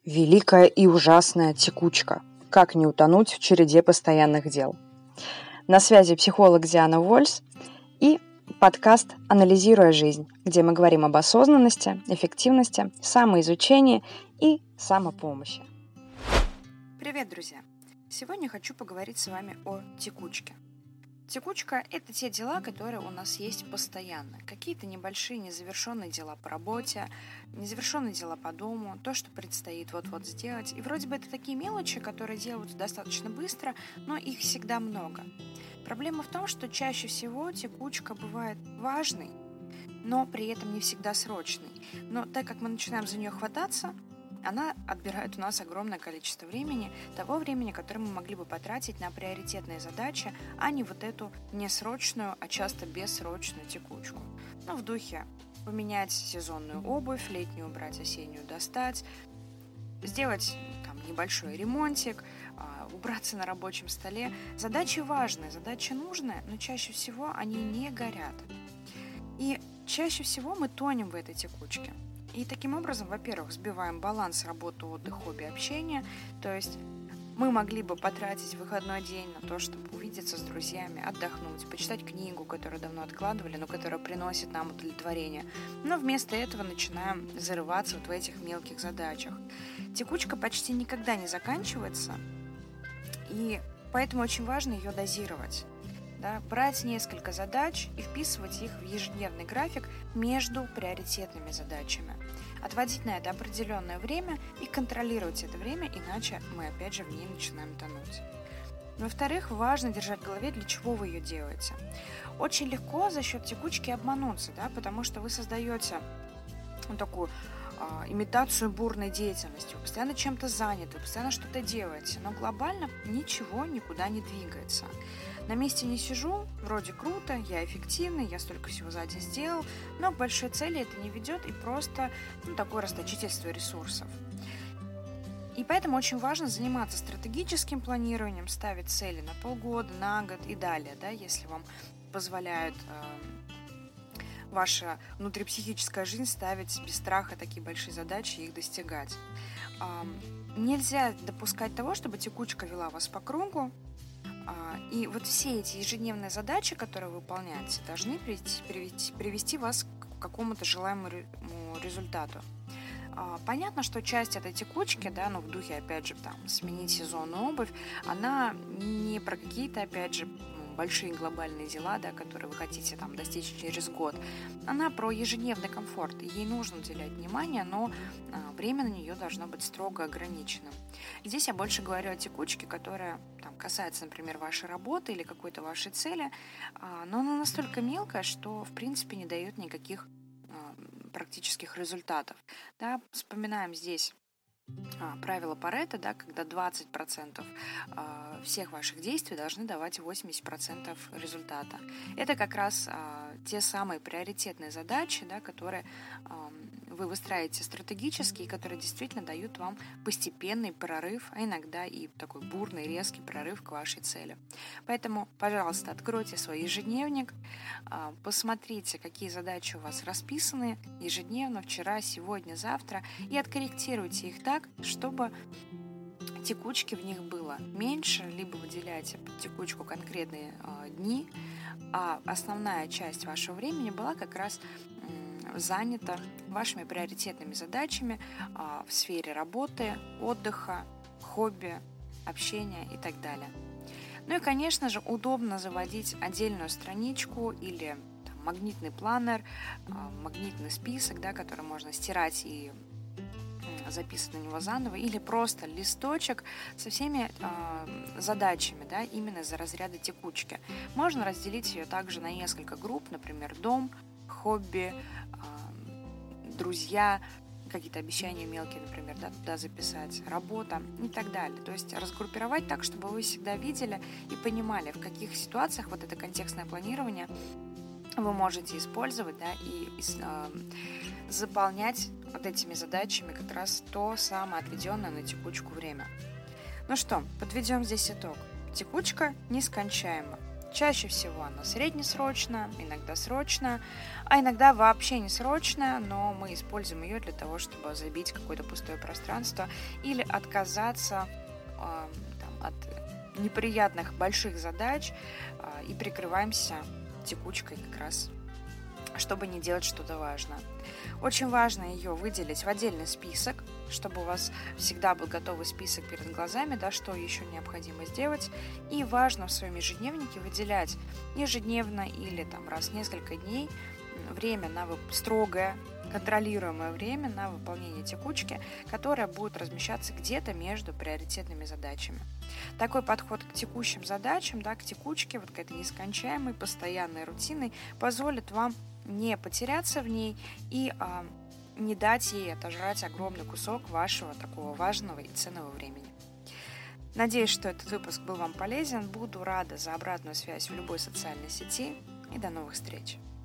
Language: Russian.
Великая и ужасная текучка. Как не утонуть в череде постоянных дел. На связи психолог Диана Вольс и подкаст «Анализируя жизнь», где мы говорим об осознанности, эффективности, самоизучении и самопомощи. Привет, друзья! Сегодня хочу поговорить с вами о текучке. Текучка – это те дела, которые у нас есть постоянно. Какие-то небольшие незавершенные дела по работе, незавершенные дела по дому, то, что предстоит вот-вот сделать. И вроде бы это такие мелочи, которые делаются достаточно быстро, но их всегда много. Проблема в том, что чаще всего текучка бывает важной, но при этом не всегда срочной. Но так как мы начинаем за нее хвататься, она отбирает у нас огромное количество времени, того времени, которое мы могли бы потратить на приоритетные задачи, а не вот эту несрочную, а часто бессрочную текучку. В духе поменять сезонную обувь, летнюю убрать, осеннюю достать, сделать небольшой ремонтик, убраться на рабочем столе. Задачи важные, задачи нужные, но чаще всего они не горят. И чаще всего мы тонем в этой текучке. И таким образом, во-первых, сбиваем баланс работы, отдыха, хобби, общения. То есть мы могли бы потратить выходной день на то, чтобы увидеться с друзьями, отдохнуть, почитать книгу, которую давно откладывали, но которая приносит нам удовлетворение. Но вместо этого начинаем зарываться в этих мелких задачах. Текучка почти никогда не заканчивается, и поэтому очень важно ее дозировать. Брать несколько задач и вписывать их в ежедневный график между приоритетными задачами. Отводить на это определенное время и контролировать это время, иначе мы опять же в ней начинаем тонуть. Во-вторых, важно держать в голове, для чего вы ее делаете. Очень легко за счет текучки обмануться, потому что вы создаете такую имитацию бурной деятельности. Вы постоянно чем-то заняты, вы постоянно что-то делаете, но глобально ничего никуда не двигается. На месте не сижу, вроде круто, я эффективный, я столько всего за день сделал, но к большой цели это не ведет и просто такое расточительство ресурсов. И поэтому очень важно заниматься стратегическим планированием, ставить цели на полгода, на год и далее, если вам позволяет ваша внутрипсихическая жизнь ставить без страха такие большие задачи и их достигать. Нельзя допускать того, чтобы текучка вела вас по кругу, и все эти ежедневные задачи, которые вы выполняете, должны привести вас к какому-то желаемому результату. Понятно, что часть этой текучки, в духе, опять же, сменить сезонную обувь, она не про какие-то, опять же, большие глобальные дела, которые вы хотите достичь через год. Она про ежедневный комфорт. Ей нужно уделять внимание, но время на нее должно быть строго ограниченным. Здесь я больше говорю о текучке, которая касается, например, вашей работы или какой-то вашей цели, но она настолько мелкая, что, в принципе, не дает никаких практических результатов. Вспоминаем здесь правило Парето, когда 20% всех ваших действий должны давать 80% результата. Это как раз те самые приоритетные задачи, которые вы выстраиваете стратегически и которые действительно дают вам постепенный прорыв, а иногда и такой бурный, резкий прорыв к вашей цели. Поэтому, пожалуйста, откройте свой ежедневник, посмотрите, какие задачи у вас расписаны ежедневно, вчера, сегодня, завтра, и откорректируйте их так, чтобы текучки в них было меньше, либо выделяйте под текучку конкретные дни, а основная часть вашего времени была как раз занята вашими приоритетными задачами в сфере работы, отдыха, хобби, общения и так далее. И, конечно же, удобно заводить отдельную страничку или магнитный планер, магнитный список, который можно стирать и записывать на него заново, или просто листочек со всеми задачами, именно из-за разряда текучки. Можно разделить ее также на несколько групп, например, дом, хобби, друзья, какие-то обещания мелкие, например, туда записать, работа и так далее. То есть разгруппировать так, чтобы вы всегда видели и понимали, в каких ситуациях это контекстное планирование вы можете использовать, и заполнять этими задачами как раз то самое отведенное на текучку время. Подведем здесь итог. Текучка нескончаема. Чаще всего она среднесрочная, иногда срочная, а иногда вообще не срочная, но мы используем ее для того, чтобы забить какое-то пустое пространство или отказаться от неприятных больших задач и прикрываемся текучкой как раз, чтобы не делать что-то важное. Очень важно ее выделить в отдельный список, чтобы у вас всегда был готовый список перед глазами, да, что еще необходимо сделать. И важно в своем ежедневнике выделять ежедневно или раз в несколько дней время на строгое, контролируемое время на выполнение текучки, которая будет размещаться где-то между приоритетными задачами. Такой подход к текущим задачам, к текучке, к этой нескончаемой, постоянной рутиной позволит вам не потеряться в ней и не дать ей отожрать огромный кусок вашего такого важного и ценного времени. Надеюсь, что этот выпуск был вам полезен. Буду рада за обратную связь в любой социальной сети. И до новых встреч!